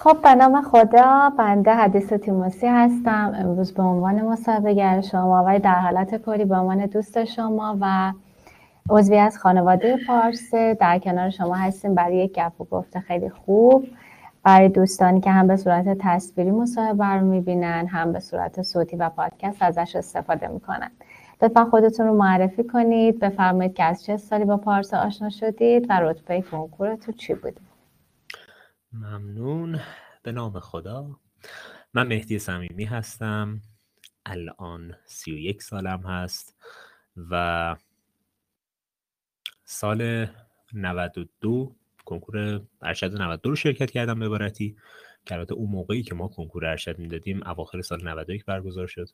خب به نام خدا، بنده حدیث تیموسی هستم. امروز به عنوان مصاحبه‌گر شما و در حالت کلی به عنوان دوست شما و عضوی از خانواده پارسه در کنار شما هستیم برای یک گپ و گفت خیلی خوب برای دوستانی که هم به صورت تصویری مصاحبه رو میبینن، هم به صورت صوتی و پادکست ازش استفاده میکنن. لطفا خودتون رو معرفی کنید، بفرمایید که از چه سالی با پارسه آشنا شدید و رتبه کنکورتون چی بوده؟ ممنون. به نام خدا. من مهدی صمیمی هستم. الان 31 سالم هست و سال 92 کنکور ارشد 92 رو شرکت کردم به عبارتی که البته اون موقعی که ما کنکور ارشد میدادیم اواخر سال 91 برگزار شد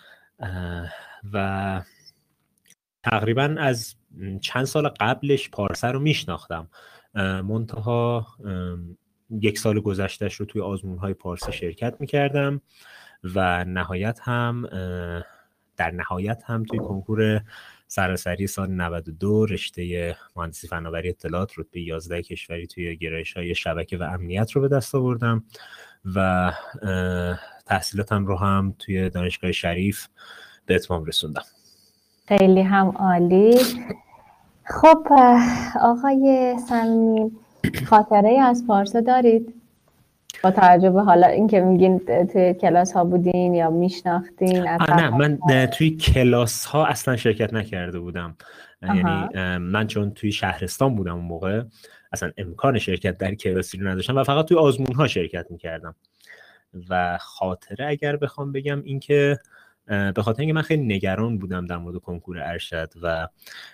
و تقریبا از چند سال قبلش پارسه رو میشناختم، منتها یک سال گذشتهش رو توی آزمون‌های پارسه شرکت میکردم و در نهایت هم توی کنکور سراسری سال 92 رشته مهندسی فناوری اطلاعات رتبه 11 کشوری توی گرایش‌های شبکه و امنیت رو به دست آوردم و تحصیلاتم رو هم توی دانشگاه شریف به اتمام رسوندم. خیلی هم عالی. خب آقای صمیمی، خاطره از پارسه دارید؟ با توجه به حالا اینکه میگین توی کلاس ها بودین یا میشناختین؟ نه، من توی کلاس ها اصلا شرکت نکرده بودم. یعنی من چون توی شهرستان بودم اون موقع اصلا امکان شرکت در کلاسی رو نداشتم و فقط توی آزمون ها شرکت میکردم. و خاطره اگر بخوام بگم این که به خاطر اینکه من خیلی نگران بودم در مورد کنکور ارشد و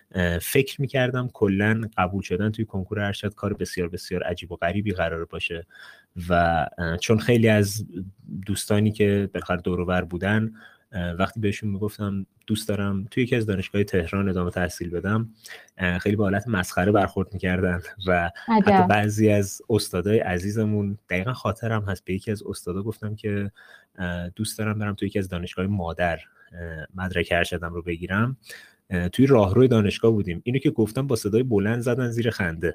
فکر میکردم کلا قبول شدن توی کنکور ارشد کار بسیار بسیار عجیب و غریبی قرار باشه و چون خیلی از دوستانی که بالاخره دور و بر بودن وقتی بهشون میگفتم دوست دارم توی یکی از دانشگاه تهران ادامه تحصیل بدم، خیلی با حالت مسخره برخورد میکردن و حتی بعضی از استادای عزیزمون، دقیقا خاطرم هست به یکی از استادا گفتم که دوست دارم برم توی یکی از دانشگاه مادر مدرک ارشدم رو بگیرم. توی راهروی دانشگاه بودیم، اینو که گفتم با صدای بلند زدن زیر خنده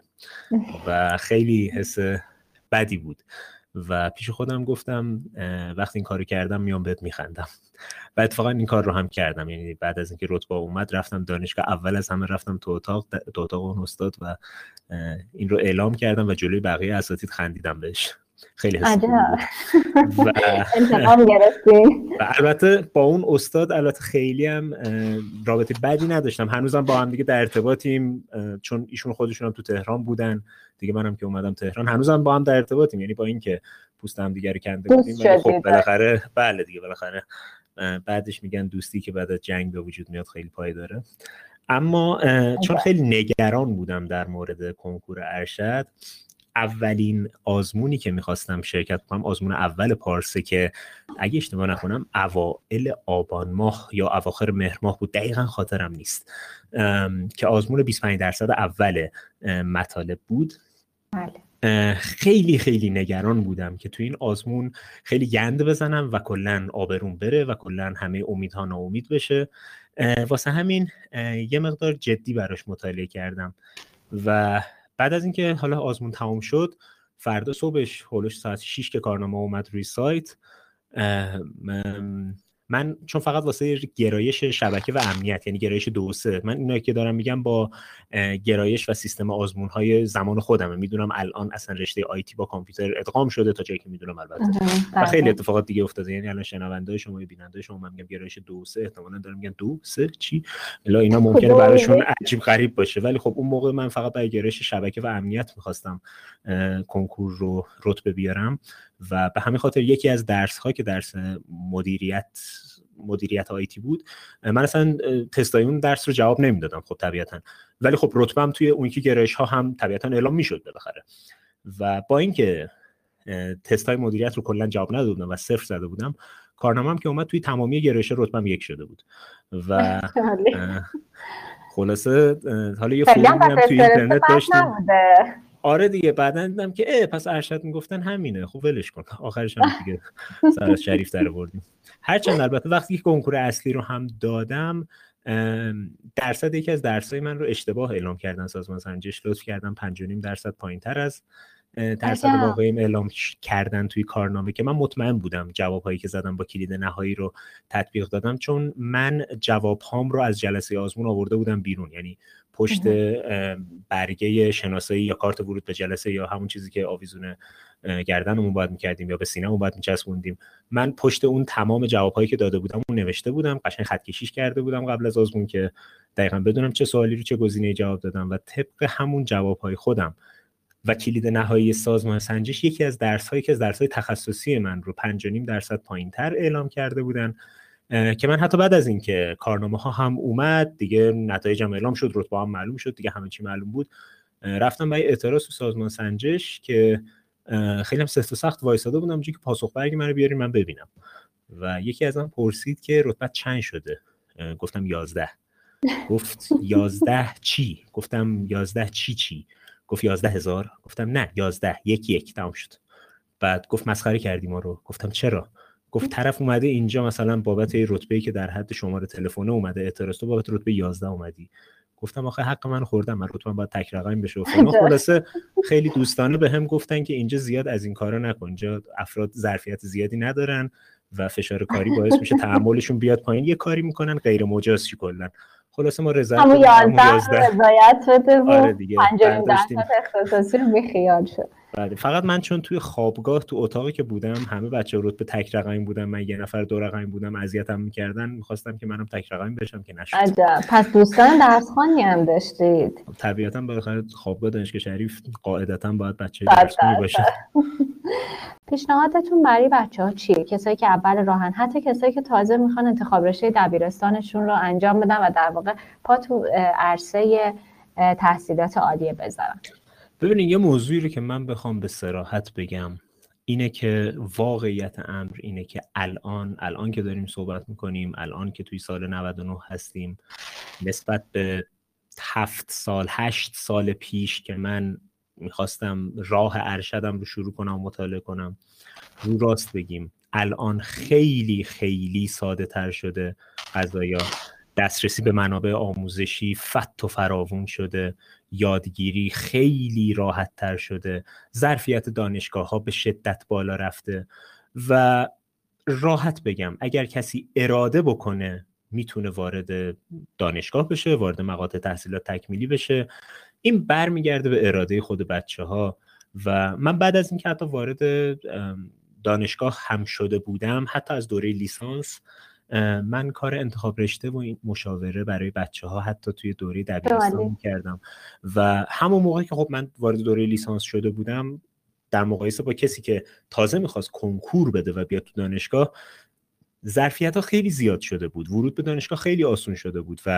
و خیلی حس بدی بود و پیش خودم گفتم وقتی این کارو کردم میام بهت میخندم و اتفاقا این کار رو هم کردم. یعنی بعد از اینکه رتبه اومد رفتم دانشگاه، اول از همه رفتم تو اتاق اون استاد و این رو اعلام کردم و جلوی بقیه اساتید خندیدم بهش. خیلی حس خوبی بود و انتقام گرفتین. و البته با اون استاد البته خیلی هم رابطه بدی نداشتم، هنوزم با هم دیگه در ارتباطیم، چون ایشون خودشون هم تو تهران بودن دیگه، منم که اومدم تهران هنوزم با هم در ارتباطیم. یعنی با اینکه پوست هم دیگه رو کنده بودیم ولی خب بالاخره بله دیگه بالاخره بعدش میگن دوستی که بعد از جنگ به وجود میاد خیلی پایداره. اما چون خیلی نگران بودم در مورد کنکور ارشد، اولین آزمونی که میخواستم شرکت کنم آزمون اول پارسه که اگه اشتباه نکنم اوائل آبان ماه یا اواخر مهر ماه بود، دقیقا خاطرم نیست، که آزمون 25% اول مطالب بود. خیلی خیلی نگران بودم که تو این آزمون خیلی گند بزنم و کلن آبروم بره و کلن همه امیدها ناامید بشه. واسه همین یه مقدار جدی براش مطالعه کردم و بعد از اینکه حالا آزمون تمام شد، فردا صبحش هولوش ساعت 6 که کارنامه اومد روی سایت، من چون فقط واسه گرایش شبکه و امنیت، یعنی گرایش 2 و 3، من اینایی که دارم میگم با گرایش و سیستم آزمون‌های زمان خودمه، میدونم الان اصلا رشته آیتی با کامپیوتر ادغام شده تا جایی که میدونم البته و خیلی اتفاقات دیگه افتاده. یعنی الان شنونده شما یا بیننده شما من میگم گرایش 2 و 3 احتمالاً دارم میگن 2 3 چی، الا اینا ممکنه براشون عجیب غریب باشه، ولی خب اون موقع من فقط برای گرایش شبکه و امنیت می‌خواستم کنکور رو رتبه بیارم و به همین خاطر یکی از درس‌ها که درس مدیریت آیتی بود، من اصلا تستای اون درس رو جواب نمیدادم خب طبیعتا، ولی خب رتبه‌ام توی اون که گرایش ها هم طبیعتا اعلام میشد بالاخره و با اینکه تستای مدیریت رو کلا جواب ندادم و 0 زده بودم، کارنامه‌ام که اومد توی تمامی گرایش رتبه‌ام 1 شده بود و خلاصه حالا یه فوری هم توی اینترنت داشتم. آره دیگه بعدن دیدم که پس ارشد میگفتن همینه، خب ولش کن، آخرش هم دیگه سر از شریف در آوردیم. هرچند البته وقتی که کنکور اصلی رو هم دادم درصد یکی از درسای من رو اشتباه اعلام کردن سازمان سنجش، لطف کردن 5.5% پایین‌تر از درصد واقعیم اعلام کردن توی کارنامه که من مطمئن بودم جوابهایی که زدم با کلید نهایی رو تطبیق دادم، چون من جواب هام رو از جلسه آزمون آورده بودم بیرون، یعنی پشت برگه شناسایی یا کارت ورود به جلسه یا همون چیزی که آویزون گردنمون باید می‌کردیم یا به سینه‌مون باید می‌چسبوندیم، من پشت اون تمام جوابهایی که داده بودم اون نوشته بودم، قشنگ خط کشیش کرده بودم قبل از آزمون که دقیقاً بدونم چه سوالی رو چه گزینه‌ای جواب دادم و طبق همون جوابهای خودم و کلید نهایی سازمان سنجش یکی از درس‌هایی که از درس‌های تخصصی من رو 5.5% پایین‌تر اعلام کرده بودن که من حتی بعد از این که کارنامه‌ها هم اومد دیگه، نتایجم اعلام شد، رتبه هم معلوم شد دیگه، همه چی معلوم بود، رفتم برای اعتراض تو سازمان سنجش که خیلی هم سفت و سخت وایساده بودم که پاسخ برگ منو بیارین من ببینم و یکی از من پرسید که رتبه چند شده؟ گفتم 11. گفت 11 چی؟ گفتم 11 چی؟ گفت 11,000. گفتم نه 11 1 تمام شد. بعد گفت مسخره کردی ما رو. گفتم چرا؟ گفت طرف اومده اینجا مثلا بابت رتبه‌ای که در حد شماره تلفن اومده اعتراض، تو بابت رتبه 11 اومدی. گفتم آخه حق من خوردم، من رتبه‌ام باید تک رقم بشه و فلان. خلاصه خیلی دوستانه بهم گفتن که اینجا زیاد از این کارا نکن، اینجا افراد ظرفیت زیادی ندارن و فشار کاری باعث میشه تحملشون بیاد پایین، یه کاری میکنن غیر مجاز شی کلا. خلاصه ما رضایت همون 11 رضایت شده و آره دیگه 50% اختصاصی رو بیخیال شد. بله، فقط من چون توی خوابگاه تو اتاقی که بودم همه بچه‌ها رتبه تک رقمی بودن، من یه نفر دو رقمی بودم، اذیتم می‌کردن، می‌خواستم که منم تک رقمی بشم که نشد. عجب. پس دوستان درسخوانی هم داشتید؟ طبیعتاً بالاخره خوابگاه دانشگاه شریف قاعدتاً باید بچه درسخوانی باشه. پیشنهادتون برای بچه‌ها چیه؟ کسایی که اول راهن، حتی کسایی که تازه میخوان انتخاب رشته دبیرستانشون رو انجام بدن و در واقع پا تو عرصه تحصیلات عالیه بذارن. ببینید یه موضوعی رو که من بخوام به صراحت بگم اینه که واقعیت امر اینه که الان که داریم صحبت میکنیم، الان که توی سال 99 هستیم، نسبت به 7 سال 8 سال پیش که من میخواستم راه ارشدم رو شروع کنم و مطالعه کنم، رو راست بگیم الان خیلی خیلی ساده تر شده قضایا، دسترسی به منابع آموزشی فت و فراوون شده، یادگیری خیلی راحت تر شده، ظرفیت دانشگاه ها به شدت بالا رفته و راحت بگم اگر کسی اراده بکنه میتونه وارد دانشگاه بشه، وارد مقاطع تحصیلات تکمیلی بشه. این برمیگرده به اراده خود بچه ها و من بعد از اینکه حتی وارد دانشگاه هم شده بودم، حتی از دوره لیسانس من کار انتخاب رشته و این مشاوره برای بچه ها حتی توی دوره دبیرستان می‌کردم و همون موقعی که خب من وارد دوره لیسانس شده بودم، در مقایسه با کسی که تازه میخواست کنکور بده و بیاد تو دانشگاه، ظرفیت‌ها خیلی زیاد شده بود، ورود به دانشگاه خیلی آسون شده بود و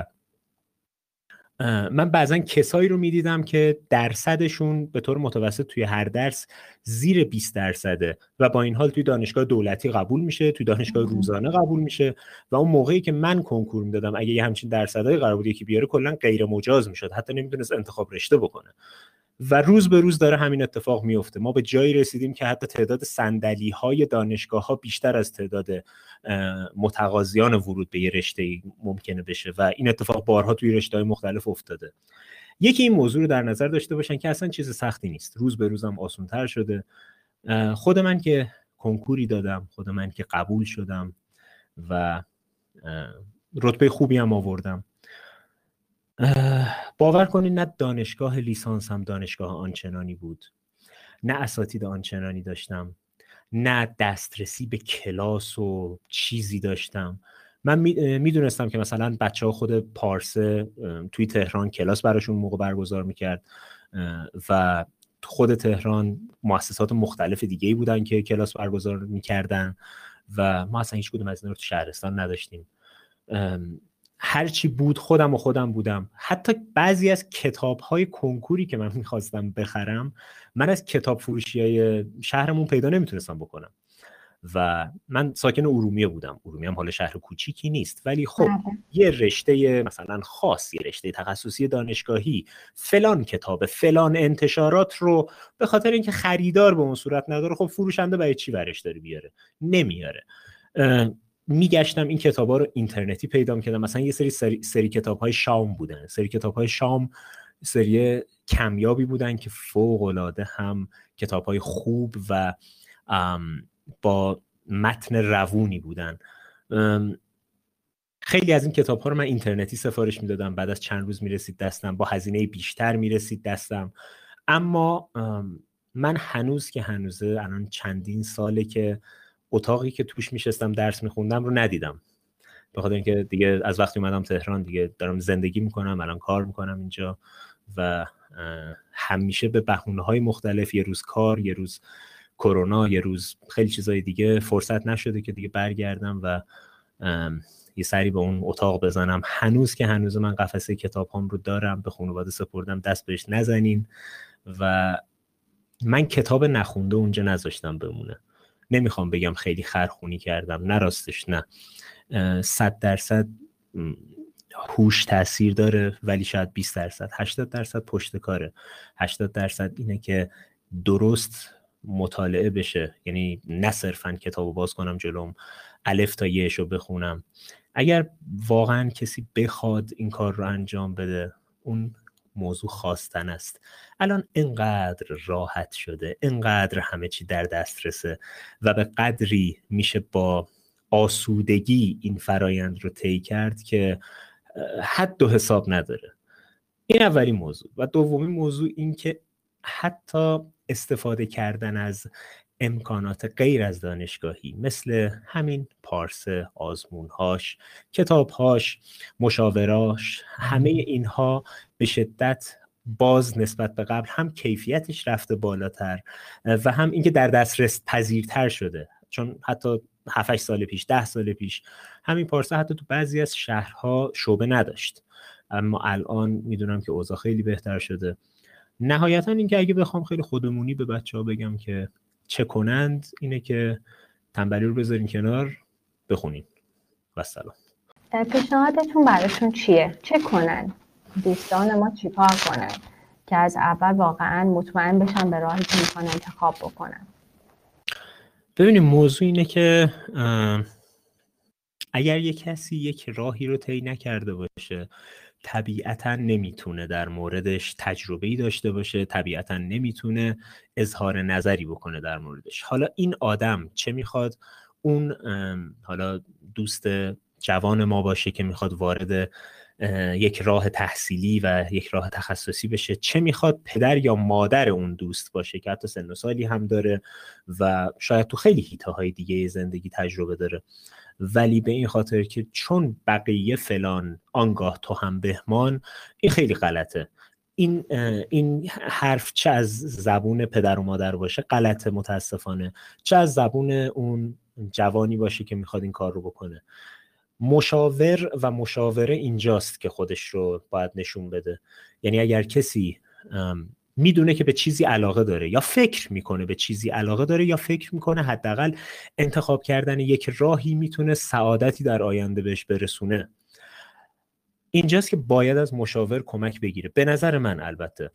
من بعضا کسایی رو میدیدم که درصدشون به طور متوسط توی هر درس زیر 20% و با این حال توی دانشگاه دولتی قبول میشه، توی دانشگاه روزانه قبول میشه و اون موقعی که من کنکور میدادم اگه یه همچین درصدای قرار بود یکی بیاره کلا غیر مجاز میشد، حتی نمیتونست انتخاب رشته بکنه و روز به روز داره همین اتفاق میفته. ما به جایی رسیدیم که حتی تعداد صندلی‌های دانشگاه‌ها بیشتر از تعداد متقاضیان ورود به یه رشته ممکنه بشه و این اتفاق بارها توی رشته‌های مختلف افتاده. یکی این موضوع رو در نظر داشته باشن که اصلا چیز سختی نیست، روز به روزم آسان‌تر شده. خود من که کنکوری دادم، خود من که قبول شدم و رتبه خوبی هم آوردم، باور کنید نه دانشگاه لیسانس هم دانشگاه آنچنانی بود، نه اساتید آنچنانی داشتم، نه دسترسی به کلاس و چیزی داشتم. من میدونستم که مثلا بچه ها خود پارسه توی تهران کلاس براشون موقع برگزار میکرد و خود تهران مؤسسات مختلف دیگه‌ای بودن که کلاس برگزار میکردن و ما اصلا هیچ کدوم از اینا رو تو شهرستان نداشتیم. هرچی بود خودم بودم. حتی بعضی از کتاب‌های کنکوری که من می‌خواستم بخرم، من از کتاب فروشی‌های شهرمون پیدا نمیتونستم بکنم و من ساکن ارومیه بودم. ارومیه هم حالا شهر کوچیکی نیست، ولی خب یه رشته مثلا خاص، یه رشته تخصصی دانشگاهی، فلان کتاب، فلان انتشارات رو به خاطر اینکه خریدار به اون صورت نداره، خب فروشنده برای چی برش داره بیاره؟ نمیاره. میگشتم این کتابا رو اینترنتی پیدا می‌کردم. مثلا یه سری کتاب‌های شام بودن، سری کتاب‌های شام سری کمیابی بودن که فوق‌العاده هم کتاب‌های خوب و با متن روونی بودن. خیلی از این کتاب‌ها رو من اینترنتی سفارش میدادم، بعد از چند روز میرسید دستم، با هزینه بیشتر میرسید دستم. اما من هنوز که هنوزه، الان چندین ساله که اتاقی که توش میشستم درس میخوندم رو ندیدم، به خاطر اینکه دیگه از وقتی اومدم تهران دیگه دارم زندگی میکنم، الان کار میکنم اینجا و همیشه به بهونه‌های مختلف، یه روز کار، یه روز کرونا، یه روز خیلی چیزای دیگه، فرصت نشده که دیگه برگردم و یه سری به اون اتاق بزنم. هنوز که هنوز من قفسه کتاب‌هام رو دارم، به خانواده سپردم، دست بهش نزنین و من کتاب نخونده اونجا نذاشتم بمونه. نمیخوام بگم خیلی خرخونی کردم، نه راستش، نه. 100% هوش تأثیر داره، ولی شاید 20%، 80% پشت کاره. 80% اینه که درست مطالعه بشه، یعنی نه صرفاً کتابو باز کنم جلوم الف تا یه‌اش رو بخونم. اگر واقعاً کسی بخواد این کار رو انجام بده، اون موضوع خواستن است. الان اینقدر راحت شده، اینقدر همه چی در دسترسه و به قدری میشه با آسودگی این فرایند رو طی کرد که حد و حساب نداره. این اولین موضوع. و دومین موضوع این که حتی استفاده کردن از امکانات غیر از دانشگاهی مثل همین پارسه، آزمونهاش، کتابهاش، مشاوراش، همه اینها به شدت باز نسبت به قبل هم کیفیتش رفته بالاتر و هم اینکه در دسترس پذیرتر شده. چون حتی 7-8 سال پیش، 10 سال پیش همین پارسه حتی تو بعضی از شهرها شعبه نداشت، اما الان میدونم که اوضاع خیلی بهتر شده. نهایتا اینکه اگه بخوام خیلی خودمونی به بچه‌ها بگم که چه کنند، اینه که تنبلی رو بذارین کنار، بخونین و سلام. پیشنهادتون براشون چیه؟ چه کنن؟ دوستان ما چیکار کنن که از اول واقعا مطمئن بشن به راهی که میخوان انتخاب بکنن؟ ببینیم، موضوع اینه که اگر یک کسی یک راهی رو طی نکرده باشه، طبیعتاً نمیتونه در موردش تجربه‌ای داشته باشه، طبیعتاً نمیتونه اظهار نظری بکنه در موردش. حالا این آدم چه میخواد، اون حالا دوست جوان ما باشه که میخواد وارد یک راه تحصیلی و یک راه تخصصی بشه، چه میخواد پدر یا مادر اون دوست باشه که حتی سن و سالی هم داره و شاید تو خیلی حیطه‌های دیگه زندگی تجربه داره، ولی به این خاطر که چون بقیه فلان آنگاه تو هم بهمان، این خیلی غلطه. این حرف چه از زبون پدر و مادر باشه غلطه متاسفانه، چه از زبون اون جوانی باشه که میخواد این کار رو بکنه. مشاور و مشاوره اینجاست که خودش رو باید نشون بده. یعنی اگر کسی میدونه که به چیزی علاقه داره یا فکر میکنه به چیزی علاقه داره یا فکر میکنه حداقل انتخاب کردن یک راهی میتونه سعادتی در آینده بهش برسونه، اینجاست که باید از مشاور کمک بگیره. به نظر من البته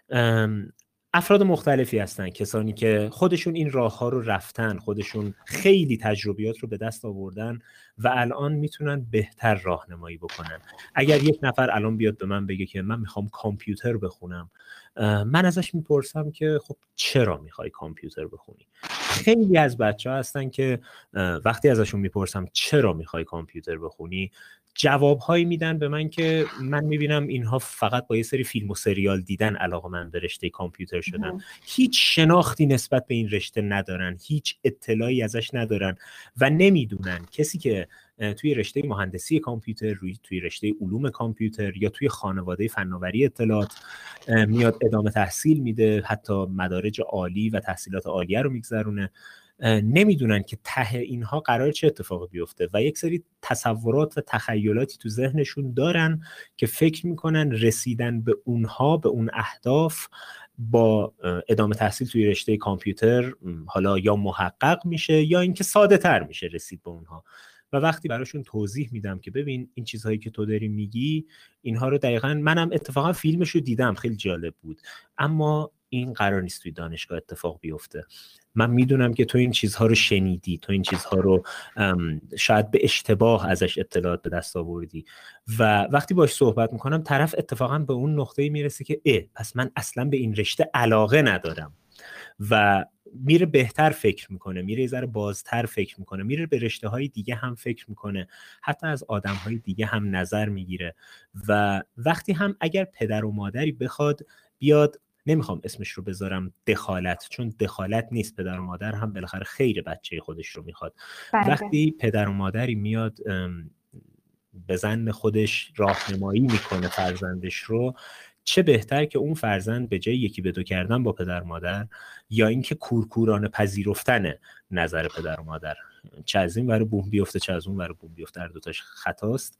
افراد مختلفی هستن، کسانی که خودشون این راه ها رو رفتن، خودشون خیلی تجربیات رو به دست آوردن و الان میتونن بهتر راهنمایی بکنن. اگر یک نفر الان بیاد به من بگه که من میخوام کامپیوتر بخونم، من ازش میپرسم که خب چرا میخوای کامپیوتر بخونی؟ خیلی از بچه‌ها هستن که وقتی ازشون میپرسم چرا میخوای کامپیوتر بخونی، جوابهایی میدن به من که من میبینم اینها فقط با یه سری فیلم و سریال دیدن علاقه‌مند به رشته کامپیوتر شدن، هیچ شناختی نسبت به این رشته ندارن، هیچ اطلاعی ازش ندارن و نمیدونن کسی که توی رشته مهندسی کامپیوتر، توی رشته علوم کامپیوتر یا توی خانواده فناوری اطلاعات میاد ادامه تحصیل میده، حتی مدارج عالی و تحصیلات عالیه رو میگذرونه، نمیدونن که ته اینها قرار چه اتفاقی بیفته و یک سری تصورات و تخیلاتی تو ذهنشون دارن که فکر میکنن رسیدن به اونها، به اون اهداف، با ادامه تحصیل توی رشته کامپیوتر حالا یا محقق میشه یا اینکه ساده تر میشه رسید به اونها. و وقتی براشون توضیح میدم که ببین این چیزهایی که تو داری میگی، اینها رو دقیقاً منم اتفاقا فیلمش رو دیدم، خیلی جالب بود، اما این قرار نیست توی دانشگاه اتفاق بیفته. من میدونم که تو این چیزها رو شنیدی، تو این چیزها رو شاید به اشتباه ازش اطلاعات به دست آوردی و وقتی باش صحبت میکنم طرف اتفاقا به اون نقطه‌ای میرسه که پس من اصلا به این رشته علاقه ندارم و میره بهتر فکر میکنه، میره یه ذره بازتر فکر میکنه، میره به رشته های دیگه هم فکر میکنه، حتی از آدم های دیگه هم نظر میگیره و وقتی هم اگر پدر و مادری بخواد بیاد، نمیخوام اسمش رو بذارم دخالت، چون دخالت نیست، پدر و مادر هم بالاخره خیر بچه خودش رو میخواد. وقتی پدر و مادری میاد به زن خودش راهنمایی میکنه فرزندش رو، چه بهتر که اون فرزند به جای یکی به دو کردن با پدر مادر یا اینکه کورکورانه پذیرفتن نظر پدر و مادر، چه از این ور بوم بیفته چه از اون ور بوم بیفته، هر دوتاش خطاست،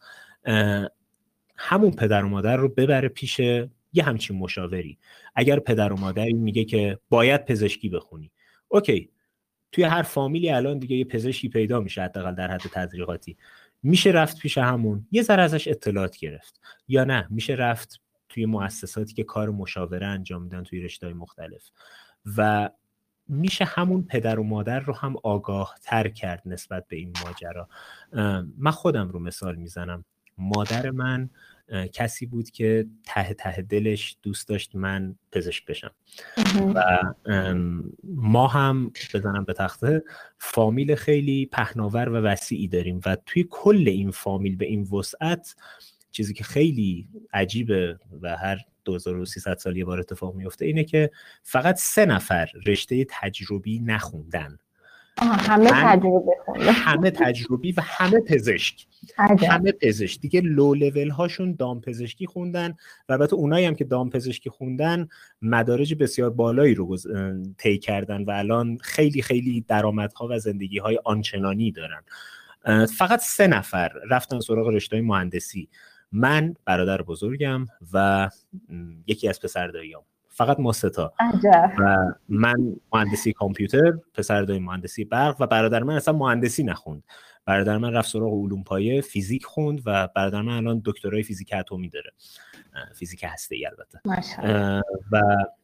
همون پدر و مادر رو ببره پیش یه همچین مشاوری. اگر پدر و مادری میگه که باید پزشکی بخونی، اوکی، توی هر فامیلی الان دیگه یه پزشکی پیدا میشه، حداقل در حد تدریقاتی، میشه رفت پیش همون یه ذره ازش اطلاعات گرفت، یا نه میشه رفت توی مؤسساتی که کار مشاوره انجام میدن توی رشته‌های مختلف و میشه همون پدر و مادر رو هم آگاه تر کرد نسبت به این ماجرا. من خودم رو مثال میزنم، مادر من کسی بود که ته ته دلش دوست داشت من پزشک بشم و ما هم بزنم به تخته فامیل خیلی پهناور و وسیعی داریم و توی کل این فامیل به این وسعت، چیزی که خیلی عجیبه و هر 2300 سال یه بار اتفاق میفته، اینه که فقط 3 نفر رشته تجربی نخوندن. همه تجربی خوندن، همه تجربی و همه پزشک. همه پزشک دیگه، لو لول هاشون دام پزشکی خوندن و البته اونایی هم که دام پزشکی خوندن مدارج بسیار بالایی رو طی کردن و الان خیلی خیلی درآمدها و زندگی‌های آنچنانی دارن. فقط 3 نفر رفتن سراغ رشته‌های مهندسی، من، برادر بزرگم و یکی از پسرداییام، فقط ما 3 تا. و من مهندسی کامپیوتر، پسردایی مهندسی برق و برادر من اصلا مهندسی نخوند. برادر من رفت سراغ علوم پایه، فیزیک خوند و برادر من الان دکترای فیزیک اتمی داره، فیزیک هسته‌ای البته. و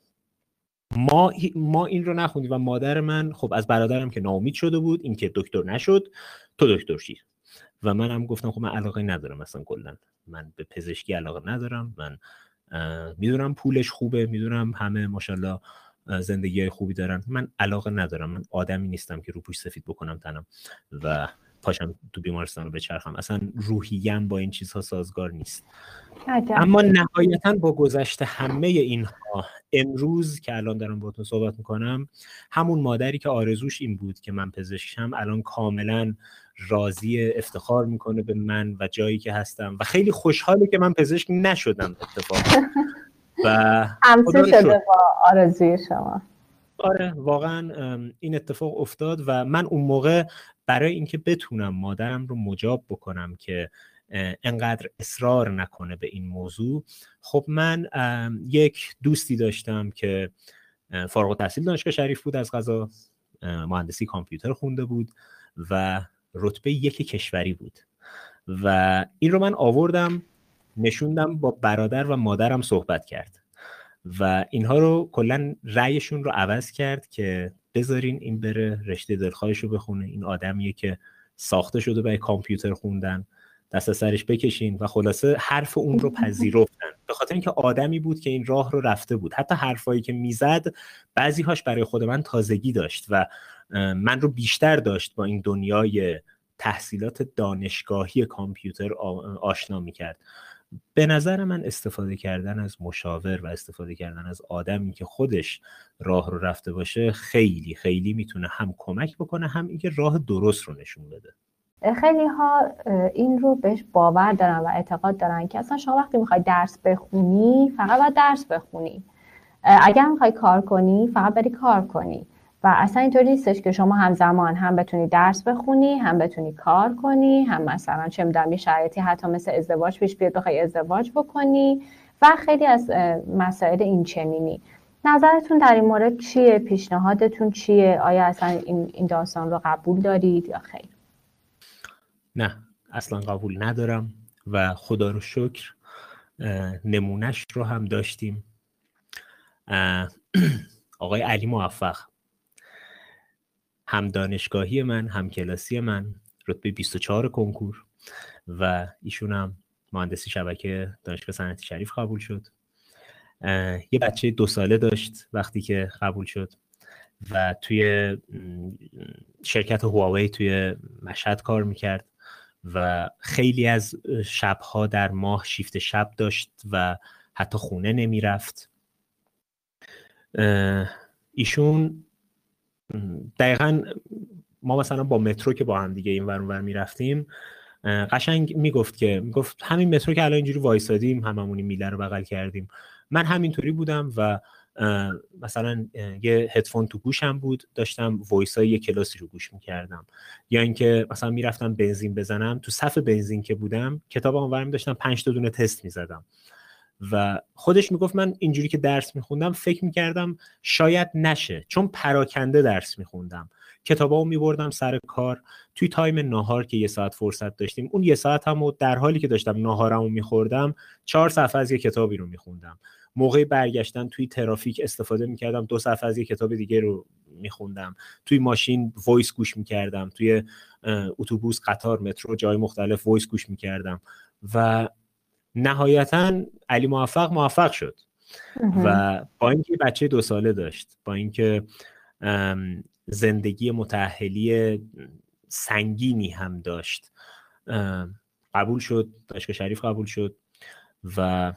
ما این رو نخوندیم و مادر من خب از برادرم که ناامید شده بود اینکه دکتر نشد، تو دکتر شی. و منم گفتم خب من علاقه ندارم، اصلا کلا من به پزشکی علاقه ندارم، من میدونم پولش خوبه، میدونم همه ماشاءالله زندگی خوبی دارن، من علاقه ندارم، من آدمی نیستم که رو پوش سفید بکنم تنم و پاشم تو بیمارستان رو بچرخم، اصلا روحیم با این چیزها سازگار نیست. اما نهایتا با گذشت همه اینها، امروز که الان دارم باهاتون صحبت میکنم، همون مادری که آرزوش این بود که من پزشکم الان کاملا راضی، افتخار میکنه به من و جایی که هستم و خیلی خوشحاله که من پزشک نشدم اتفاقا و همسه شده با آرزوی شما. آره واقعا این اتفاق افتاد و من اون موقع برای اینکه بتونم مادرم رو مجاب بکنم که انقدر اصرار نکنه به این موضوع، خب من یک دوستی داشتم که فارغ التحصیل دانشگاه شریف بود، از قضا مهندسی کامپیوتر خونده بود و رتبه 1 کشوری بود و این رو من آوردم نشوندم، با برادر و مادرم صحبت کرد و اینها رو کلا رأیشون رو عوض کرد که بذارین این بره رشته دلخواهش رو بخونه، این آدمیه که ساخته شده برای کامپیوتر خوندن، دست سرش بکشین و خلاصه حرف اون رو پذیرفتن به خاطر اینکه آدمی بود که این راه رو رفته بود. حتی حرفایی که میزد بعضی هاش برای خود من تازگی داشت و من رو بیشتر داشت با این دنیای تحصیلات دانشگاهی کامپیوتر آشنا میکرد. به نظر من استفاده کردن از مشاور و استفاده کردن از آدمی که خودش راه رو رفته باشه خیلی خیلی میتونه هم کمک بکنه، هم اینکه راه درست رو نشون بده. خیلی ها این رو بهش باور دارن و اعتقاد دارن که اصلا شما وقتی میخوای درس بخونی فقط باید درس بخونی، اگر میخوای کار کنی فقط بری کار کنی و اصلا اینطوری نیستش که شما همزمان هم بتونی درس بخونی هم بتونی کار کنی، هم مثلا چه میدونم یه شرایطی حتی مثل ازدواج پیش بیاد بخوای ازدواج بکنی و خیلی از مسائل این چنینی. نظرتون در این مورد چیه؟ پیشنهادتون چیه؟ آیا اصلا این داستان رو قبول دارید یا خیر؟ نه اصلا قبول ندارم و خدا رو شکر نمونش رو هم داشتیم. آقای علی موفق، هم دانشگاهی من، هم کلاسی من، رتبه 24 کنکور، و ایشون هم مهندسی شبکه دانشگاه صنعتی شریف قبول شد. یه بچه 2 ساله داشت وقتی که قبول شد و توی شرکت هواوی توی مشهد کار میکرد و خیلی از شبها در ماه شیفت شب داشت و حتی خونه نمیرفت. ایشون دقیقاً ما مثلا با مترو که با هم دیگه این ور اون ور میرفتیم، قشنگ میگفت همین مترو که الان اینجوری وایسادیم هممونی میله رو بغل کردیم، من همینطوری بودم و مثلا یه هدفون تو گوشم بود، داشتم وایسای یه کلاسی رو گوش میکردم، یا اینکه مثلا میرفتم بنزین بزنم، تو صف بنزین که بودم کتاب اونورم داشتم 5 تا دونه تست میزدم و خودش میگفت من اینجوری که درس میخوندم فکر میکردم شاید نشه، چون پراکنده درس میخوندم، کتابامو میبردم سر کار، توی تایم ناهار که 1 ساعت فرصت داشتیم، اون 1 ساعت همو در حالی که داشتم ناهارمو میخوردم 4 صفحه از یه کتابی رو میخوندم، موقع برگشتن توی ترافیک استفاده میکردم 2 صفحه از یه کتاب دیگه رو میخوندم، توی ماشین وایس گوش میکردم، توی اتوبوس، قطار، مترو، جای مختلف وایس گوش میکردم و نهایتاً علی موفق شد. و با اینکه بچه 2 ساله داشت، با اینکه زندگی متأهلی سنگینی هم داشت، قبول شد، دانشگاه شریف قبول شد و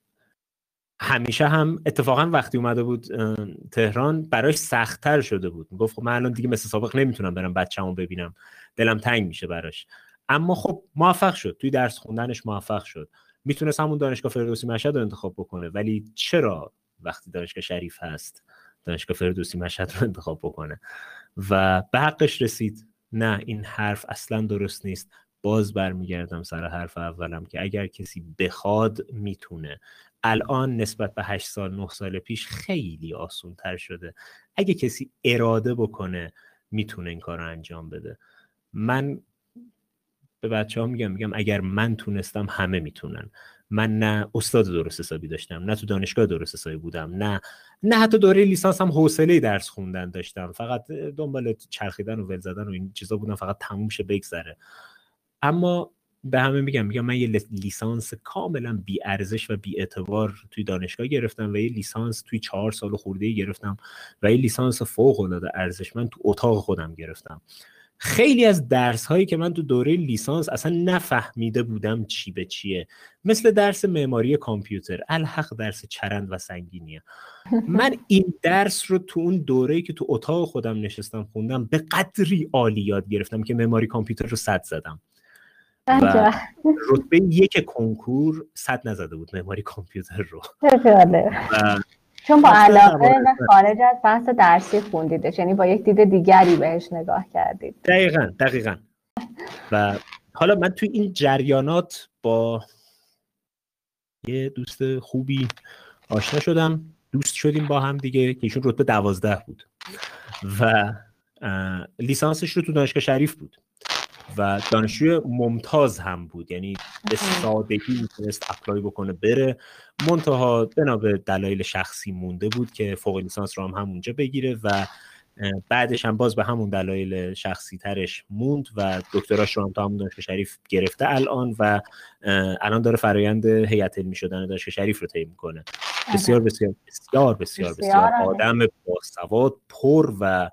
همیشه هم اتفاقا وقتی اومده بود تهران براش سخت‌تر شده بود، میگفت خب من الان دیگه مثل سابق نمیتونم برم بچه‌مو ببینم، دلم تنگ میشه براش. اما خب موفق شد، توی درس خوندنش موفق شد، میتونست همون دانشگاه فردوسی مشهد رو انتخاب بکنه، ولی چرا وقتی دانشگاه شریف هست دانشگاه فردوسی مشهد رو انتخاب بکنه و به حقش رسید. نه، این حرف اصلا درست نیست. باز برمیگردم سر حرف اولم که اگر کسی بخواد میتونه. الان نسبت به 8 سال 9 سال پیش خیلی آسان تر شده. اگه کسی اراده بکنه میتونه این کار رو انجام بده. من به بچه ها میگم اگر من تونستم همه میتونن. من نه استاد درست حسابی داشتم، نه تو دانشگاه درست حسابی بودم، نه حتی دوره لیسانس هم حوصله درس خوندن داشتم، فقط دنبال چرخیدن و ول زدن و این چیزا بودم، فقط تموم شه بگذره. اما به همه میگم من یه لیسانس کاملا بی ارزش و بی اعتبار توی دانشگاه گرفتم و یه لیسانس توی 4 سال خورده گرفتم و یه لیسانس فوق العاده ارزشمند تو اتاق خودم گرفتم. خیلی از درس هایی که من تو دوره لیسانس اصلا نفهمیده بودم چی به چیه، مثل درس معماری کامپیوتر، الحق درس چرند و سنگینیه. من این درس رو تو اون دوره‌ای که تو اتاق خودم نشستم خوندم به قدری عالی یاد گرفتم که معماری کامپیوتر رو 100 زدم و رتبه 1 کنکور 100 نزده بود معماری کامپیوتر رو. چون با علاقه و خارج از بحث درسی خوندیدش، یعنی با یک دید دیگری بهش نگاه کردید. دقیقاً. و حالا من توی این جریانات با یه دوست خوبی آشنا شدم، دوست شدیم با هم دیگه، که ایشون رتبه 12 بود و لیسانسش رو تو دانشگاه شریف بود و دانشجوی ممتاز هم بود، یعنی به سادگی میتونست اپلای بکنه بره، منتها بنا به دلایل شخصی مونده بود که فوق لیسانس رو هم همونجا بگیره و بعدش هم باز به همون دلایل شخصی ترش موند و دکتراش رو هم تا همون دانشگاه شریف گرفته الان و الان داره فرایند هیئت علمی شدن دانشگاه شریف رو طی میکنه. بسیار بسیار بسیار بسیار بسیار آدم باسواد، پر و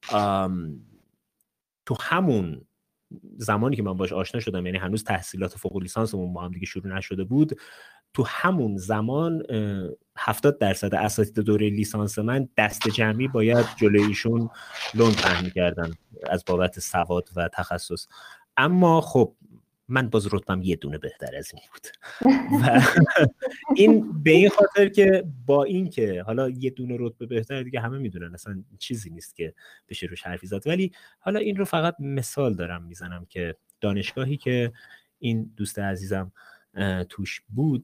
تو همون زمانی که من باش آشنا شدم، یعنی هنوز تحصیلات فوق لیسانسمون با هم دیگه شروع نشده بود، تو همون زمان 70% اساتید دوره لیسانس من دست جمعی باید جلوی ایشون لون پهن می‌کردن از بابت سواد و تخصص. اما خب من باز رتبم 1 دونه بهتر از این بود و این به این خاطر که با این که حالا 1 دونه رتبه بهتر دیگه همه میدونن اصلا چیزی نیست که بشه روش حرفی زد، ولی حالا این رو فقط مثال دارم میزنم که دانشگاهی که این دوست عزیزم توش بود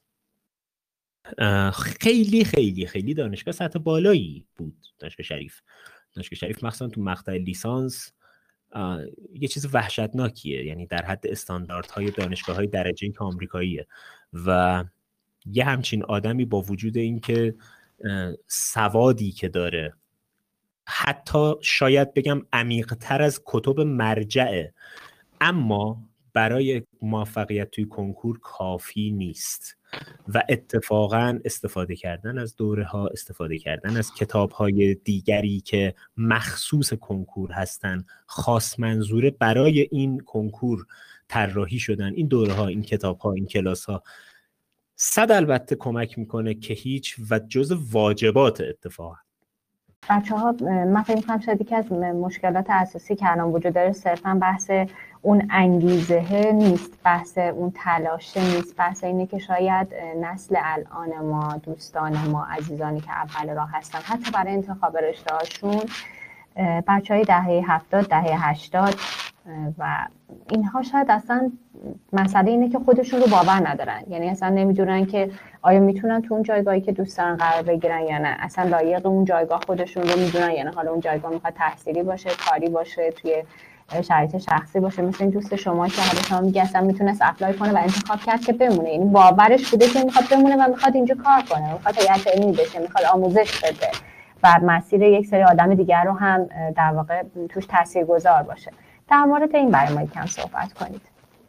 خیلی خیلی خیلی دانشگاه سطح بالایی بود. دانشگاه شریف مخصوصا تو مقطع لیسانس یه چیز وحشتناکیه، یعنی در حد استانداردهای دانشگاه‌های درجه یک آمریکاییه و یه همچین آدمی با وجود این که سوادی که داره، حتی شاید بگم عمیق‌تر از کتب مرجعه، اما برای موفقیت توی کنکور کافی نیست و اتفاقا استفاده کردن از دوره ها، استفاده کردن از کتاب های دیگری که مخصوص کنکور هستن، خاص منظوره برای این کنکور طراحی شدن، این دوره ها، این کتاب ها، این کلاس ها، البته کمک میکنه که هیچ و جز واجبات اتفاقا. بچه‌ها من فکر می‌کنم شاید یکی از مشکلات اساسی که الان وجود داره صرفاً بحث اون انگیزه نیست، بحث اون تلاشه نیست، بحث اینه که شاید نسل الان ما، دوستان ما، عزیزانی که اول راه هستن، حتی برای انتخاب رشته‌هاشون بچه‌های دهه 70 دهه 80 و اینها شاید اصلا مسئله اینه که خودشون رو باور ندارن، یعنی اصلا نمیدونن که آیا میتونن تو اون جایگاهی که دوست دارن قرار بگیرن یا نه، اصلا لایق اون جایگاه خودشون رو میدونن یا نه، حالا اون جایگاه میخواد تحصیلی باشه، کاری باشه، توی شرایط شخصی باشه. مثل این دوست شما که حالا شما میگی اصلا میتونست اپلای کنه و انتخاب کرد که بمونه، یعنی باورش بوده که میخواد بمونه و میخواد اینجا کار کنه، میخواد هیئت علمی بشه، میخواد آموزش بده و مسیر یک سری آدم دیگر رو هم در واقع توش تاثیرگذار باشه. در مورد این برای ما یکم صحبت کنید.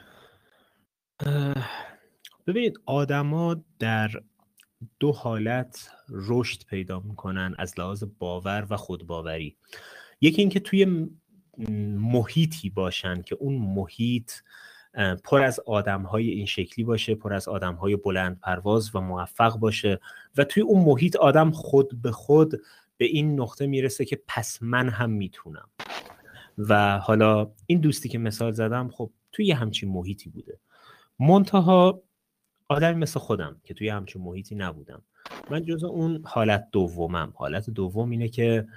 ببینید آدما در دو حالت رشد پیدا میکنن از لحاظ باور و خودباوری. یکی این که توی محیطی باشن که اون محیط پر از آدم‌های این شکلی باشه، پر از آدم‌های بلند پرواز و موفق باشه و توی اون محیط آدم خود به خود به این نقطه میرسه که پس من هم میتونم. و حالا این دوستی که مثال زدم خب توی همچین محیطی بوده، منتها آدمی مثل خودم که توی همچین محیطی نبودم، من جزء اون حالت دومم. حالت دوم اینه که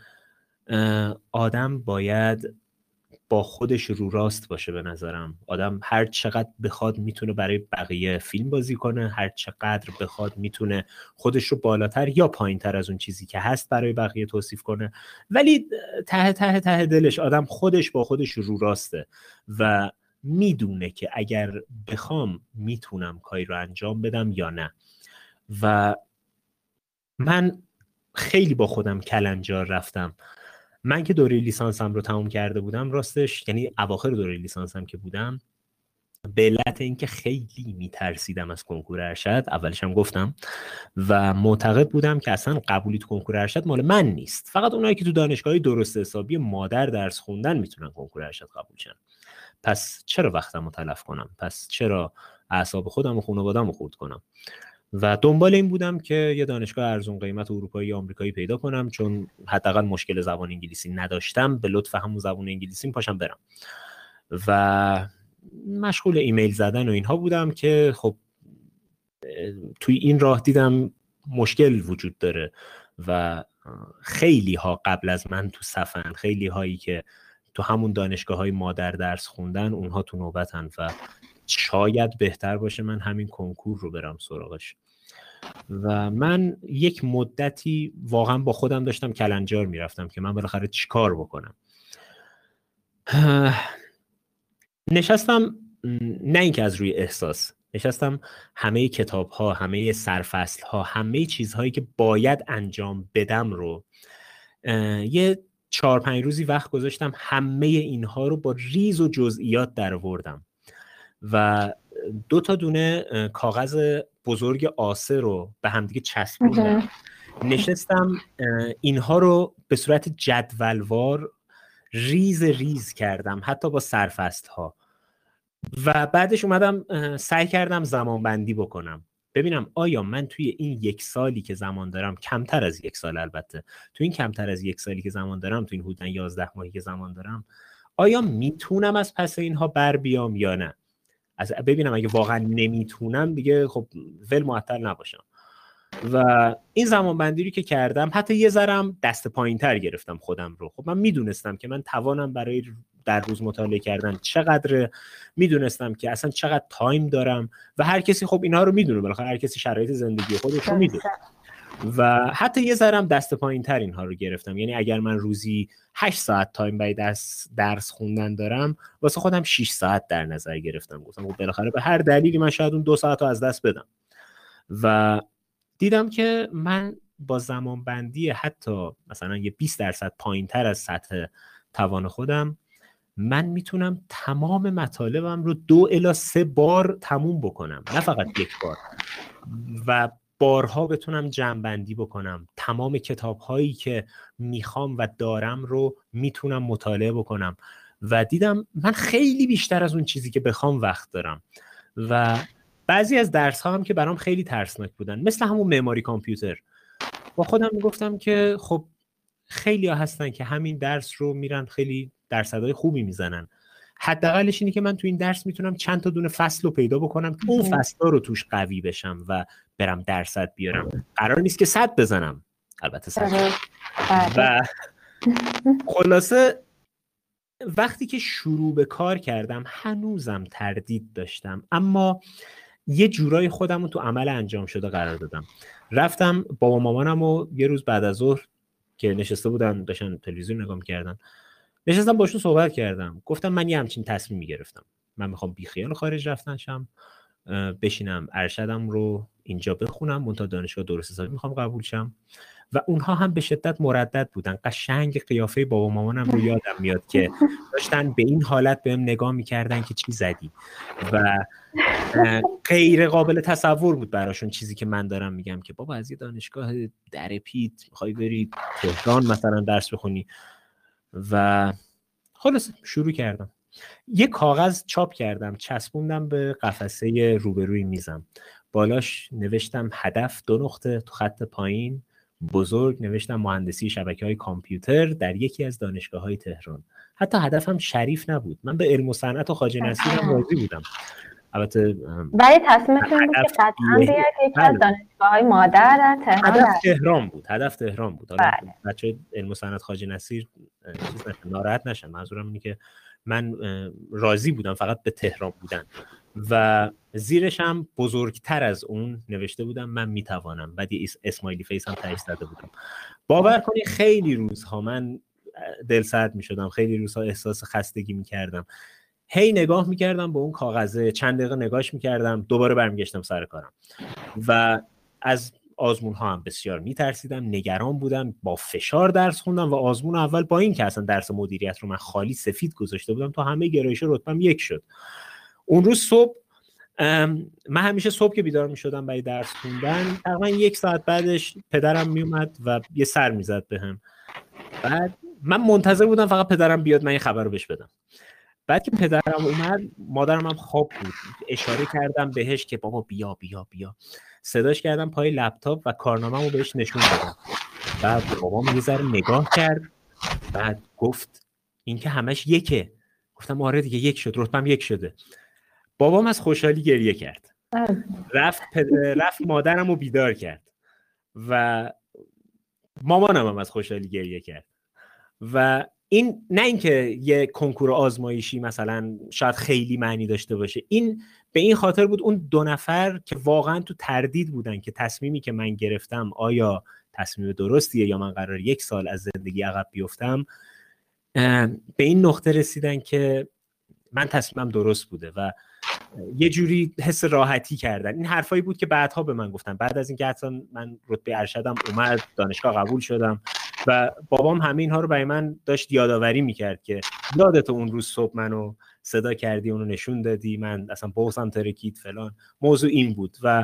آدم باید با خودش رو راست باشه. به نظرم آدم هر چقدر بخواد میتونه برای بقیه فیلم بازی کنه، هر چقدر بخواد میتونه خودش رو بالاتر یا پایینتر از اون چیزی که هست برای بقیه توصیف کنه، ولی ته ته ته دلش آدم خودش با خودش رو راسته و میدونه که اگر بخوام میتونم کاری رو انجام بدم یا نه. و من خیلی با خودم کلنجار رفتم. من که دوره لیسانسم رو تموم کرده بودم، راستش یعنی اواخر دوره لیسانسم که بودم، به علت اینکه خیلی میترسیدم از کنکور ارشد، اولش هم گفتم، و معتقد بودم که اصلا قبولی تو کنکور ارشد مال من نیست، فقط اونایی که تو دانشگاهی درست حسابی مادر درس خوندن میتونن کنکور ارشد قبول شن. پس چرا وقتمو تلف کنم؟ پس چرا اعصاب خودم و خانواده‌مو خورد کنم؟ و دنبال این بودم که یه دانشگاه ارزون قیمت اروپایی یا آمریکایی پیدا کنم، چون حداقل مشکل زبان انگلیسی نداشتم، به لطف همون زبان انگلیسی پاشم برم. و مشغول ایمیل زدن و اینها بودم که خب توی این راه دیدم مشکل وجود داره و خیلی ها قبل از من تو صفن، خیلی هایی که تو همون دانشگاه‌های مادر درس خوندن، اونها تو نوبتن و شاید بهتر باشه من همین کنکور رو برم سراغش. و من یک مدتی واقعا با خودم داشتم کلنجار میرفتم که من بالاخره چی کار بکنم. نشستم، نه اینکه از روی احساس، نشستم همه کتاب ها، همه سرفصل ها، همه چیزهایی که باید انجام بدم رو یه 4-5 روزی وقت گذاشتم، همه اینها رو با ریز و جزئیات در آوردم و 2 تا دونه کاغذ بزرگ آسه رو به همدیگه چسبوندم. نشستم اینها رو به صورت جدولوار ریز ریز کردم، حتی با سرفصل ها، و بعدش اومدم سعی کردم زمان بندی بکنم، ببینم آیا من توی این 1 سالی که زمان دارم، کمتر از 1 سال البته، تو این کمتر از 1 سالی که زمان دارم، تو این حدوداً 11 ماهی که زمان دارم، آیا میتونم از پس اینها بر بیام یا نه. از ببینم اگه واقعا نمیتونم دیگه خب ول معطل نباشم. و این زمان بندی رو که کردم، حتی یه ذرم دست پایین‌تر گرفتم خودم رو. خب من میدونستم که من توانم برای در روز مطالعه کردن چقدر، میدونستم که اصلا چقدر تایم دارم و هر کسی خب اینا رو میدونه، بالاخره هر کسی شرایط زندگی خودش رو میدونه. و حتی یه ذرم دست پایین‌تر اینها رو گرفتم، یعنی اگر من روزی 8 ساعت تایم برای درس خوندن دارم، واسه خودم 6 ساعت در نظر گرفتم. گفتم خب بالاخره به هر دلیلی من شاید اون 2 ساعت رو از دست بدم. و دیدم که من با زمان بندی حتی مثلا یه 20% پایین تر از سطح توان خودم، من میتونم تمام مطالبم رو 2 الی 3 بار تموم بکنم، نه فقط یک بار، و بارها بتونم جمع‌بندی بکنم. تمام کتاب‌هایی که میخوام و دارم رو میتونم مطالعه بکنم و دیدم من خیلی بیشتر از اون چیزی که بخوام وقت دارم. و بعضی از درس‌ها هم که برام خیلی ترسناک بودن، مثل همون معماری کامپیوتر، با خودم میگفتم که خب خیلی ها هستن که همین درس رو میرن خیلی درصدهای خوبی میزنن، حداقلش اینه که من تو این درس میتونم چند تا دونه فصل رو پیدا بکنم که اون فصل‌ها رو توش قوی بشم و برم درصد بیارم. قرار نیست که 100 بزنم، البته 100. و خلاصه وقتی که شروع به کار کردم هنوزم تردید داشتم، اما یه جورای خودم رو تو عمل انجام شده قرار دادم. رفتم بابا مامانم و یه روز بعد از ظهر که نشسته بودن داشتن تلویزیون نگاه می‌کردن، نشستم باشون صحبت کردم. گفتم من یه همچین تصمیمی گرفتم، من میخوام بیخیال خارج رفتن شم، بشینم ارشدم رو اینجا بخونم، منتها دانشگاه درست حسابی میخوام قبول شم. و اونها هم به شدت مردد بودن. قشنگ قیافه بابا مامانم رو یادم میاد که داشتن به این حالت بهم نگاه میکردن که چی زدی، و غیر قابل تصور بود براشون چیزی که من دارم میگم که بابا از یه دانشگاه در پیت میخوای بری تهران مثلا درس بخونی. و خلاص شروع کردم، یه کاغذ چاپ کردم چسبوندم به قفسه روبروی میزم، بالاش نوشتم هدف 2 نقطه، تو خط پایین بزرگ نوشتم مهندسی شبکه‌های کامپیوتر در یکی از دانشگاه‌های تهران. حتی هدفم شریف نبود، من به علم و صنعت و خواجه نصیرم راضی بودم. البته ولی تصمیمتون بود که قطعا بیاد یکی از دانشگاه‌های مادر در تهران. هدف تهران بود. حالا بچه علم و صنعت خواجه نصیر چیز نشن، ناراحت نشن، منظورم اینه که من راضی بودم فقط به تهران بودن. و زیرش هم بزرگتر از اون نوشته بودم من میتوانم، بعد یه اسمایلی فیس هم تهش زده بودم. باور کنی خیلی روزها من دل سرد میشدم، خیلی روزها احساس خستگی میکردم، هی نگاه میکردم به اون کاغذه، چند دقیقه نگاهش میکردم، دوباره برمیگشتم سر کارم. و از آزمون ها هم بسیار میترسیدم، نگران بودم، با فشار درس خوندم. و آزمون اول با این که اصلا درس مدیریت رو من خالی سفید گذاشته بودم تا همه گرایش رتبه‌ام 1 شد. اون روز صبح من همیشه صبح که بیدار میشدم برای درس خوندن، تقریبا 1 ساعت بعدش پدرم میومد و یه سر میزد بهم. بعد من منتظر بودم فقط پدرم بیاد من این خبر رو بهش بدم. بعد که پدرم اومد، مادرم هم خواب بود، اشاره کردم بهش که بابا بیا بیا بیا، صداش کردم پای لپتاپ و کارنامه‌مو بهش نشون دادم. بعد بابام یه ذره نگاه کرد، بعد گفت این که همش 1. گفتم آره دیگه 1 شد، رتبه‌م 1 شده. بابام از خوشحالی گریه کرد. رفت مادرمو بیدار کرد و مامانم هم از خوشحالی گریه کرد. و این نه اینکه یه کنکور آزمایشی مثلا شاید خیلی معنی داشته باشه، این به این خاطر بود اون 2 نفر که واقعا تو تردید بودن که تصمیمی که من گرفتم آیا تصمیم درستیه یا من قرار 1 سال از زندگی عقب بیفتم، به این نقطه رسیدن که من تصمیمم درست بوده و یه جوری حس راحتی کردن. این حرفایی بود که بعدها به من گفتن، بعد از اینکه حتی من رتبه ارشدم اومد، دانشگاه قبول شدم و بابام همه اینها رو برای من داشت یادآوری میکرد که یادت اون روز صبح منو صدا کردی، اونو نشون دادی، من اصلا بغضم ترکید فلان. موضوع این بود و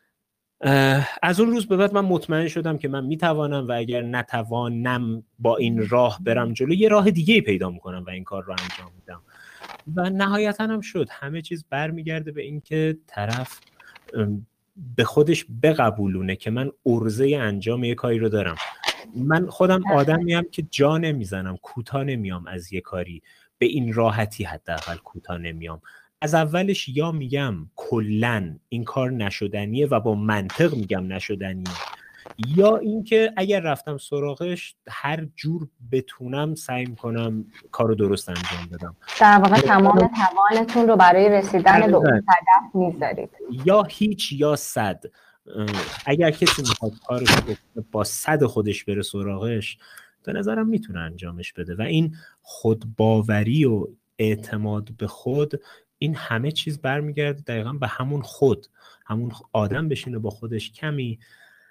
از اون روز به بعد من مطمئن شدم که من میتوانم و اگر نتوانم با این راه برم جلو، یه راه دیگه پیدا میکنم و این کار رو انجام میدم. و نهایتاً هم شد. همه چیز برمیگرده به این که طرف به خودش بقبولونه که من عرضه انجام یه کاری رو دارم. من خودم آدمیم که جا نمیزنم، کوتاه نمیام از یه کاری، به این راحتی حداقل کوتاه نمیام. از اولش یا میگم کلاً این کار نشدنیه و با منطق میگم نشدنیه، یا اینکه اگر رفتم سراغش هر جور بتونم سعی میکنم کارو درست انجام بدم. در واقع تمام توانتون رو برای رسیدن به اون هدف میذارید، یا هیچ یا 100. اگر کسی میخواد کارش با 100 خودش بره سراغش، به نظرم میتونه انجامش بده. و این خودباوری و اعتماد به خود، این همه چیز برمیگرده دقیقاً به همون آدم بشینه با خودش کمی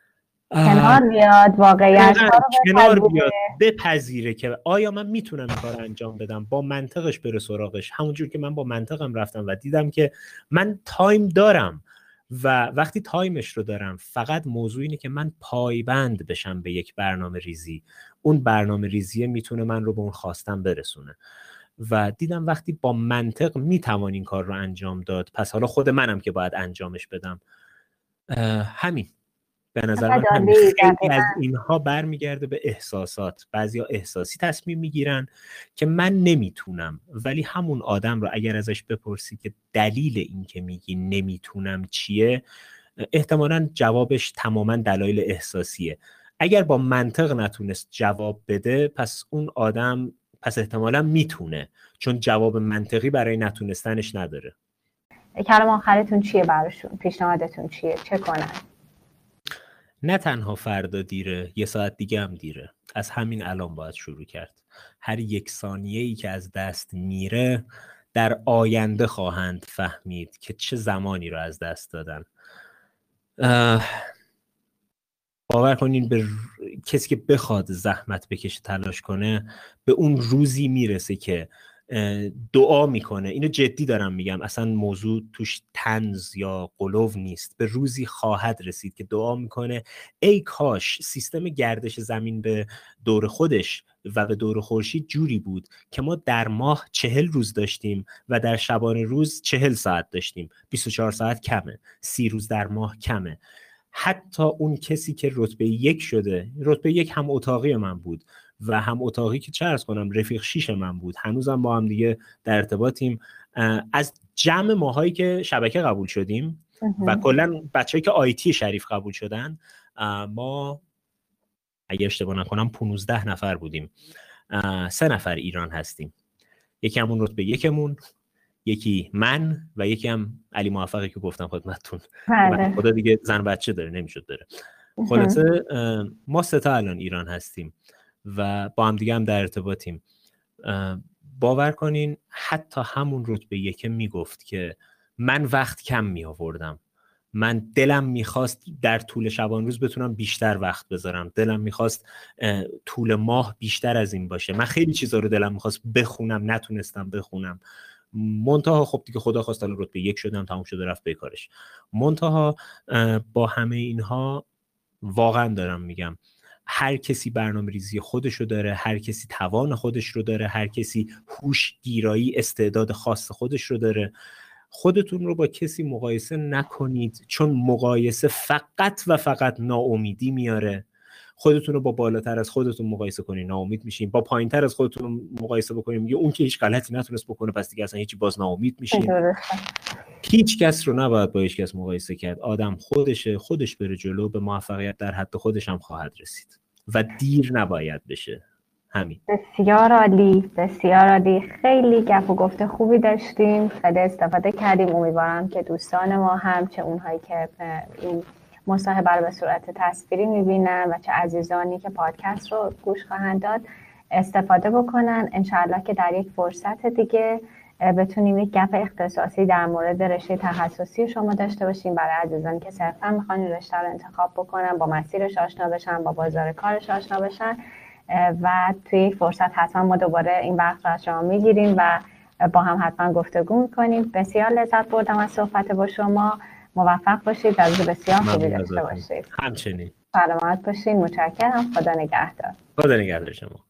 کنار بیاد، واقعیت ها رو کنار بیاد، بپذیره که آیا من میتونم این کار انجام بدم، با منطقش بره سراغش. همونجور که من با منطقم رفتم و دیدم که من تایم دارم و وقتی تایمش رو دارم فقط موضوع اینه که من پایبند بشم به یک برنامه ریزی، اون برنامه ریزیه میتونه من رو به اون خواستم برسونه. و دیدم وقتی با منطق میتوان این کار رو انجام داد، پس حالا خود منم که باید انجامش بدم. همین به نظر من خیلی از اینها برمیگرده به احساسات. بعضیا احساسی تصمیم میگیرن که من نمیتونم، ولی همون آدم رو اگر ازش بپرسی که دلیل این که میگی نمیتونم چیه، احتمالاً جوابش تماما دلایل احساسیه. اگر با منطق نتونست جواب بده، پس اون آدم احتمالاً میتونه، چون جواب منطقی برای نتونستنش نداره. کلام آخرتون چیه براشون؟ پیشنهادتون چیه؟ چه کنن؟ نه تنها فردا دیره، 1 ساعت دیگه هم دیره. از همین الان باید شروع کرد. هر 1 ثانیه‌ای که از دست میره در آینده خواهند فهمید که چه زمانی رو از دست دادن. باور کنین به کسی که بخواد زحمت بکشه، تلاش کنه، به اون روزی میرسه که دعا میکنه. اینو جدی دارم میگم، اصلا موضوع توش طنز یا غلو نیست. به روزی خواهد رسید که دعا میکنه ای کاش سیستم گردش زمین به دور خودش و به دور خورشید جوری بود که ما در ماه 40 روز داشتیم و در شبانه روز 40 ساعت داشتیم. 24 ساعت کمه، 30 روز در ماه کمه. حتی اون کسی که رتبه 1 شده، رتبه 1 هم اتاقی من بود و هم اتاقی که چه عرض کنم رفیق 6 من بود، هنوزم با هم دیگه در ارتباطیم. از جمع ماهایی که شبکه قبول شدیم و کلا بچه‌ای که آیتی شریف قبول شدن، ما اگه اشتباه نکنم 15 نفر بودیم. 3 نفر ایران هستیم، یکی همون رتبه 1مون، یکی من و یکی هم علی موفقی که گفتم خدمتتون. خدا دیگه زن بچه داره نمیشد بره. خلاصه ما 3 تا الان ایران هستیم و با هم دیگه هم در ارتباطیم. باور کنین حتی همون رتبه 1 میگفت که من وقت کم می آوردم، من دلم میخواست در طول شبان روز بتونم بیشتر وقت بذارم، دلم میخواست طول ماه بیشتر از این باشه، من خیلی چیزا رو دلم میخواست بخونم نتونستم بخونم. منتها خب دیگه خدا خواست الان رتبه 1 شدم، تموم شده رفت به کارش. منتها با همه اینها واقعا دارم میگم هر کسی برنامه ریزی خودشو داره، هر کسی توان خودش رو داره، هر کسی هوش گیرایی استعداد خاص خودش رو داره. خودتون رو با کسی مقایسه نکنید، چون مقایسه فقط و فقط ناامیدی میاره. خودتون رو با بالاتر از خودتون مقایسه کنین ناامید میشین، با پایینتر از خودتون مقایسه بکنین میگه اون که هیچ غلطی نتونست بکنه پس دیگه اصلا هیچی، باز ناامید میشین. هیچ کس رو نباید با هیچ کس مقایسه کرد. آدم خودش بره جلو، به موفقیت در حد خودش هم خواهد رسید و دیر نباید بشه. همین. بسیار عالی، بسیار عالی. خیلی گپ و گفت خوبی داشتیم، خیلی استفاده کردیم. امیدوارم که دوستان ما هم، چه اونهایی که این مصاحبه رو به صورت تصویری میبینن و چه عزیزانی که پادکست رو گوش خواهند داد، استفاده بکنن. انشاءالله که در یک فرصت دیگه بتونیم یک گپ اختصاصی در مورد رشته تخصصی شما داشته باشیم برای عزیزانی که صرفا میخوان این رشته رو انتخاب بکنن، با مسیرش آشنا بشن، با بازار کارش آشنا بشن. و توی فرصت حتما ما دوباره این وقت رو از شما میگیریم و با هم حتما گفتگو میکنیم. بسیار لذت بردم از صحبت با شما. موفق باشید، در روز بسیار خوبی داشته باشید. همچنین. سلامت باشید. متشکرم. خدا نگهدار. خدا نگهدار شما.